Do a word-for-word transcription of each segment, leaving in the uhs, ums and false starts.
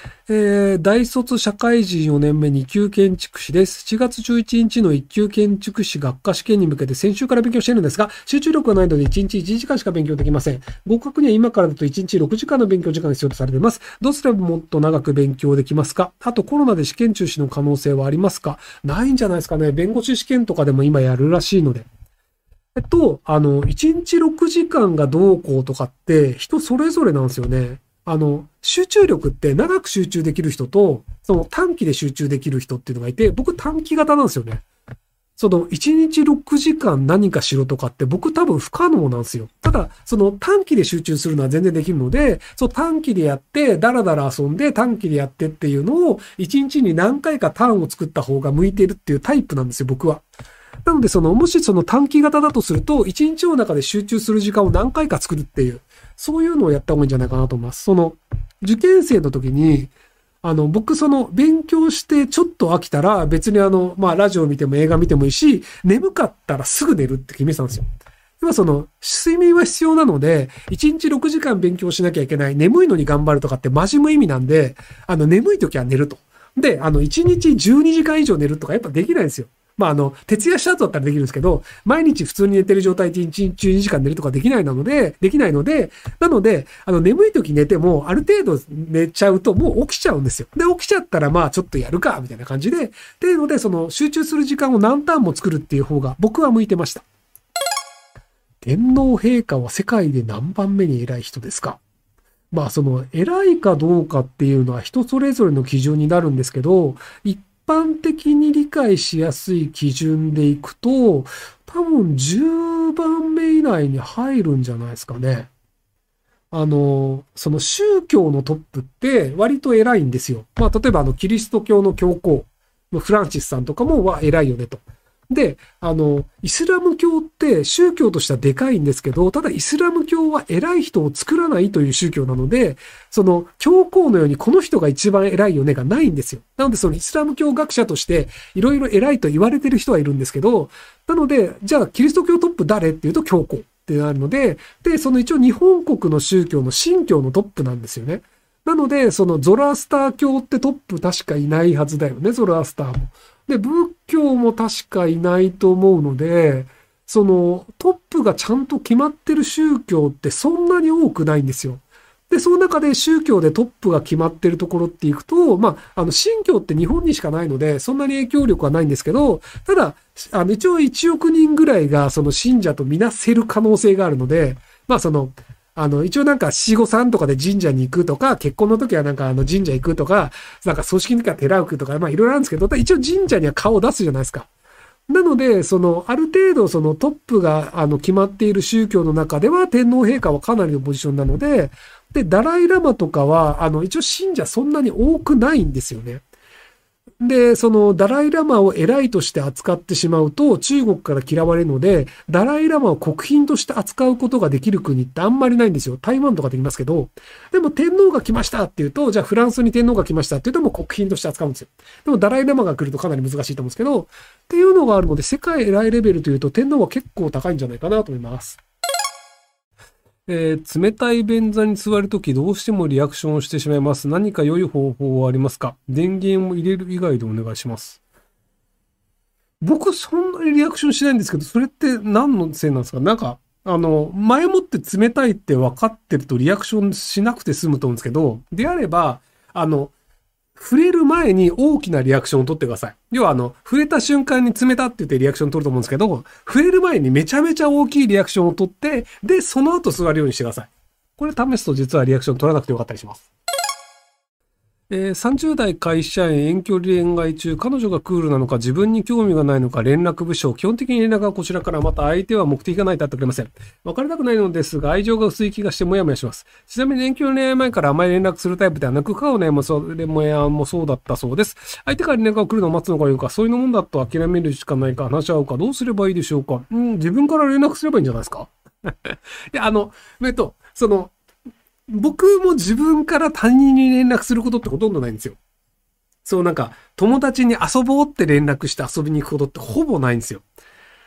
えー、大卒社会人よねんめに級建築士です。しちがつじゅういちにちのいっ級建築士学科試験に向けて先週から勉強しているんですが、集中力がないのでいちにちいちじかんしか勉強できません。合格には今からだといちにちろくじかんの勉強時間が必要とされています。どうすればもっと長く勉強できますか？あとコロナで試験中止の可能性はありますか？ないんじゃないですかね。弁護士試験とかでも今やるらしいので。えっと、あの、いちにちろくじかんがどうこうとかって人それぞれなんですよね。あの、集中力って長く集中できる人と、その短期で集中できる人っていうのがいて、僕短期型なんですよね。そのいちにちろくじかん何かしろとかって僕多分不可能なんですよ。ただ、その短期で集中するのは全然できるので、そう短期でやって、だらだら遊んで短期でやってっていうのをいちにちに何回かターンを作った方が向いてるっていうタイプなんですよ、僕は。なので、その、もしその短期型だとすると、いちにちの中で集中する時間を何回か作るっていう、そういうのをやった方がいいんじゃないかなと思います。その、受験生の時に、あの、僕その、勉強してちょっと飽きたら、別にあの、まあ、ラジオ見ても映画見てもいいし、眠かったらすぐ寝るって決めてたんですよ。今その、睡眠は必要なので、いちにちろくじかん勉強しなきゃいけない、眠いのに頑張るとかってマジ無意味なんで、あの、眠い時は寝ると。で、あの、いちにちじゅうにじかん以上寝るとかやっぱできないんですよ。まあ、あの、徹夜した後だったらできるんですけど、毎日普通に寝てる状態でいちにちじゅうにじかん寝るとかできないので、できないので、なので、あの、眠い時寝ても、ある程度寝ちゃうともう起きちゃうんですよ。で、起きちゃったらまあちょっとやるか、みたいな感じで、っていうので、その集中する時間を何ターンも作るっていう方が僕は向いてました。天皇陛下は世界で何番目に偉い人ですか？まあ、その、偉いかどうかっていうのは人それぞれの基準になるんですけど、一般的に理解しやすい基準でいくと、多分じゅうばんめ以内に入るんじゃないですかね。あの、その宗教のトップって割と偉いんですよ。まあ、例えばあの、キリスト教の教皇、フランシスさんとかもは偉いよねと。で、あの、イスラム教って宗教としてはでかいんですけど、ただイスラム教は偉い人を作らないという宗教なので、その教皇のようにこの人が一番偉いよねがないんですよ。なのでそのイスラム教学者としていろいろ偉いと言われてる人はいるんですけど、なので、じゃあキリスト教トップ誰っていうと教皇ってなるので、で、その一応日本国の宗教の神教のトップなんですよね。なので、そのゾラスター教ってトップ確かいないはずだよね、ゾラスターも。で、仏教も確かいないと思うので、そのトップがちゃんと決まってる宗教ってそんなに多くないんですよ。で、その中で宗教でトップが決まってるところっていくと、まあ、あの、神教って日本にしかないので、そんなに影響力はないんですけど、ただ、あの、一応いちおくにんぐらいがその信者とみなせる可能性があるので、まあ、その、あの、一応なんか七五三とかで神社に行くとか、結婚の時はなんかあの神社行くとか、なんか組織の時は寺行くとか、まあいろいろあるんですけど、一応神社には顔を出すじゃないですか。なので、その、ある程度そのトップがあの決まっている宗教の中では天皇陛下はかなりのポジションなので、で、ダライラマとかは、あの、一応信者そんなに多くないんですよね。で、そのダライラマを偉いとして扱ってしまうと中国から嫌われるので、ダライラマを国賓として扱うことができる国ってあんまりないんですよ。台湾とかできますけど、でも天皇が来ましたっていうと、じゃあフランスに天皇が来ましたっていうともう国賓として扱うんですよ。でもダライラマが来るとかなり難しいと思うんですけど、っていうのがあるので、世界偉いレベルというと天皇は結構高いんじゃないかなと思います。えー、冷たい便座に座るときどうしてもリアクションをしてしまいます。何か良い方法はありますか？電源を入れる以外でお願いします。僕そんなにリアクションしないんですけど、それって何のせいなんですか？なんか、あの、前もって冷たいって分かってるとリアクションしなくて済むと思うんですけど、であれば、あの、触れる前に大きなリアクションを取ってください。要はあの、触れた瞬間に冷たって言ってリアクションを取ると思うんですけど、触れる前にめちゃめちゃ大きいリアクションを取って、で、その後座るようにしてください。これ試すと実はリアクション取らなくてよかったりします。えー、さんじゅう代会社員遠距離恋愛中、彼女がクールなのか自分に興味がないのか連絡不詳。基本的に連絡はこちらから、また相手は目的がないとやってくれません。別れたくないのですが愛情が薄い気がしてもやもやします。ちなみに遠距離恋愛前からあまり連絡するタイプではなく、顔ねもそれもやもそうだったそうです。相手から連絡が来るのを待つのがいいのか、そういうもんだと諦めるしかないか、話し合うか、どうすればいいでしょうか。うん、自分から連絡すればいいんじゃないですか。いや、あの、えっと、その、僕も自分から他人に連絡することってほとんどないんですよ。そうなんか、友達に遊ぼうって連絡して遊びに行くことってほぼないんですよ。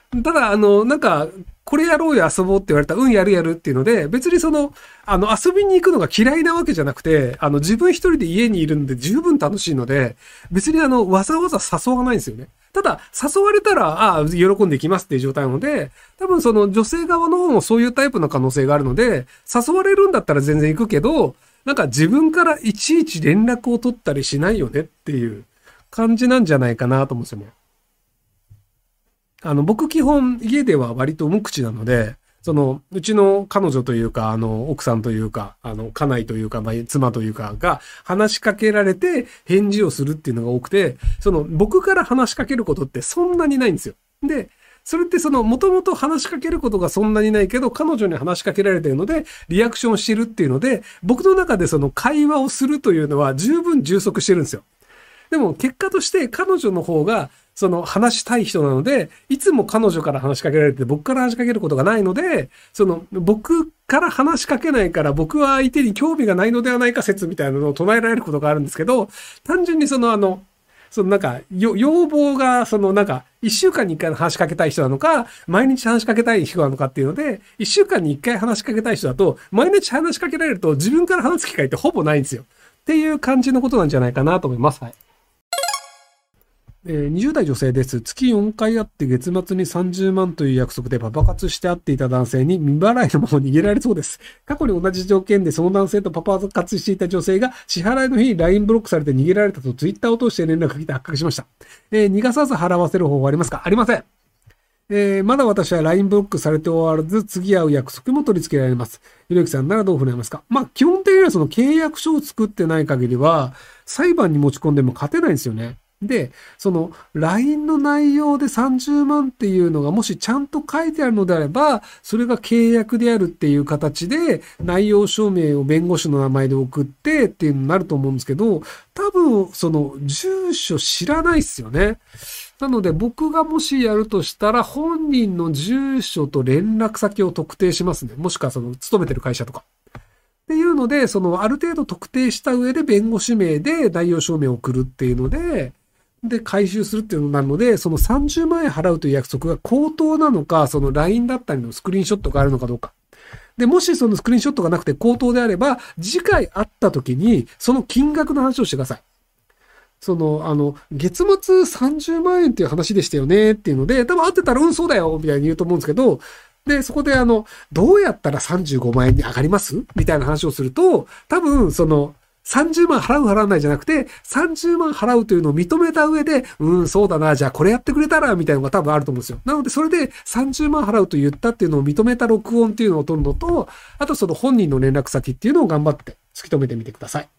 ただ、あの、なんか、これやろうよ遊ぼうって言われたら、うん、やるやるっていうので、別にその、あの、遊びに行くのが嫌いなわけじゃなくて、あの、自分一人で家にいるんで十分楽しいので、別にあの、わざわざ誘わないんですよね。ただ、誘われたら、ああ、喜んで行きますっていう状態なので、多分その女性側の方もそういうタイプの可能性があるので、誘われるんだったら全然行くけど、なんか自分からいちいち連絡を取ったりしないよねっていう感じなんじゃないかなと思うんですよね。あの、僕基本家では割と無口なので、その、うちの彼女というか、あの、奥さんというか、あの、家内というか、まあ、妻というかが話しかけられて返事をするっていうのが多くて、その、僕から話しかけることってそんなにないんですよ。で、それってその、もともと話しかけることがそんなにないけど、彼女に話しかけられてるので、リアクションしてるっていうので、僕の中でその会話をするというのは十分充足してるんですよ。でも結果として彼女の方がその話したい人なので、いつも彼女から話しかけられて僕から話しかけることがないので、その僕から話しかけないから僕は相手に興味がないのではないか説みたいなのを唱えられることがあるんですけど、単純にそのあの、そのなんか、要望が、そのなんか、一週間に一回話しかけたい人なのか、毎日話しかけたい人なのかっていうので、一週間に一回話しかけたい人だと、毎日話しかけられると自分から話す機会ってほぼないんですよ。っていう感じのことなんじゃないかなと思います。はい。えー、にじゅう代女性です。月よんかい会って月末にさんじゅうまんという約束でパパ活して会っていた男性に未払いのまま逃げられそうです。過去に同じ条件でその男性とパパ活していた女性が支払いの日に ライン ブロックされて逃げられたとツイッターを通して連絡が来て発覚しました。えー、逃がさず払わせる方法はありますか？ありません。えー、まだ私は ライン ブロックされて終わらず、次会う約束も取り付けられます。ひろゆきさんならどう振る舞いますか？まあ、基本的にはその契約書を作ってない限りは、裁判に持ち込んでも勝てないんですよね。で、その ライン の内容でさんじゅうまんっていうのがもしちゃんと書いてあるのであれば、それが契約であるっていう形で内容証明を弁護士の名前で送ってっていうのになると思うんですけど、多分その住所知らないっすよね。なので僕がもしやるとしたら本人の住所と連絡先を特定しますね。もしくはその勤めてる会社とか。っていうので、そのある程度特定した上で弁護士名で内容証明を送るっていうので、で、回収するっていうのになるので、そのさんじゅうまんえん払うという約束が口頭なのか、その ライン だったりのスクリーンショットがあるのかどうか。で、もしそのスクリーンショットがなくて口頭であれば、次回会った時に、その金額の話をしてください。その、あの、月末さんじゅうまんえんっていう話でしたよねっていうので、多分会ってたら、うん、そうだよみたいに言うと思うんですけど、で、そこであの、どうやったらさんじゅうごまんえんに上がりますみたいな話をすると、多分、その、さんじゅうまん払う払わないじゃなくて、さんじゅうまん払うというのを認めた上で、うん、そうだな、じゃあこれやってくれたら、みたいなのが多分あると思うんですよ。なので、それでさんじゅうまん払うと言ったっていうのを認めた録音っていうのを取るのと、あとその本人の連絡先っていうのを頑張って突き止めてみてください。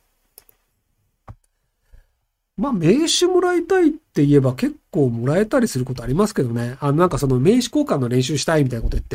まあ、名刺もらいたいって言えば結構もらえたりすることありますけどね。あの、なんかその名刺交換の練習したいみたいなこと言って。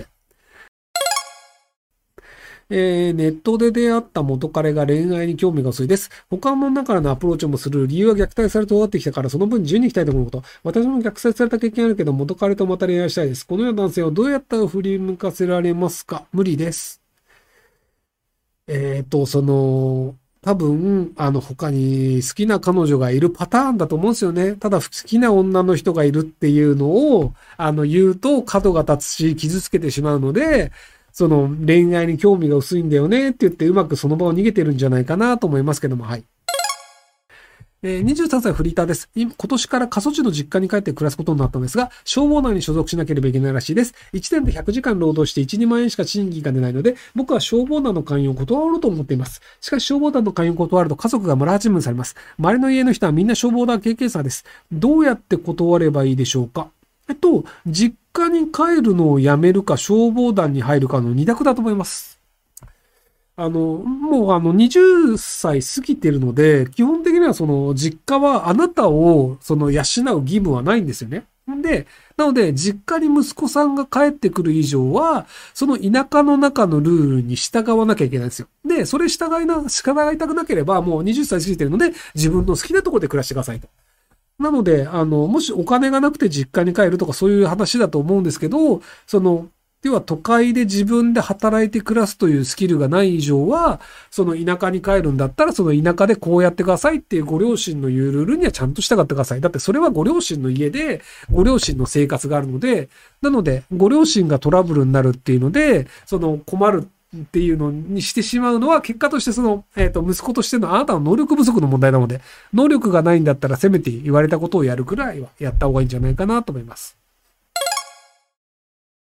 えー、ネットで出会った元彼が恋愛に興味が薄いです。他の女からのアプローチもする理由は虐待されて終わってきたからその分自由に行きたいと思うこと。私も虐待された経験あるけど元彼とまた恋愛したいです。このような男性をどうやったら振り向かせられますか？無理です。えっと、その、多分、あの、他に好きな彼女がいるパターンだと思うんですよね。ただ、好きな女の人がいるっていうのを、あの、言うと角が立つし、傷つけてしまうので、その、恋愛に興味が薄いんだよねって言って、うまくその場を逃げてるんじゃないかなと思いますけども、はい。えー、にじゅうさんさいフリーターです。今年から過疎地の実家に帰って暮らすことになったのですが、消防団に所属しなければいけないらしいです。いちねんでひゃくじかん労働していち、にまんえんしか賃金が出ないので、僕は消防団の会員を断ろうと思っています。しかし消防団の会員を断ると家族が村八分されます。周りの家の人はみんな消防団経験者です。どうやって断ればいいでしょうか？えっと、実家に帰るのをやめるか消防団に入るかの二択だと思います。あの、もうあの、にじゅっさい過ぎてるので、基本的にはその、実家はあなたを、その、養う義務はないんですよね。で、なので、実家に息子さんが帰ってくる以上は、その田舎の中のルールに従わなきゃいけないんですよ。で、それ従いな、従いたくなければ、もうにじゅっさい過ぎてるので、自分の好きなところで暮らしてくださいと。なので、あの、もしお金がなくて実家に帰るとかそういう話だと思うんですけど、その、 要は都会で自分で働いて暮らすというスキルがない以上は、その田舎に帰るんだったら、その田舎でこうやってくださいっていうご両親の言うルールにはちゃんと従ってください。だってそれはご両親の家で、ご両親の生活があるので、なので、ご両親がトラブルになるっていうので、その困るっていうのにしてしまうのは、結果としてその、えっと、息子としてのあなたの能力不足の問題なので、能力がないんだったらせめて言われたことをやるくらいはやった方がいいんじゃないかなと思います。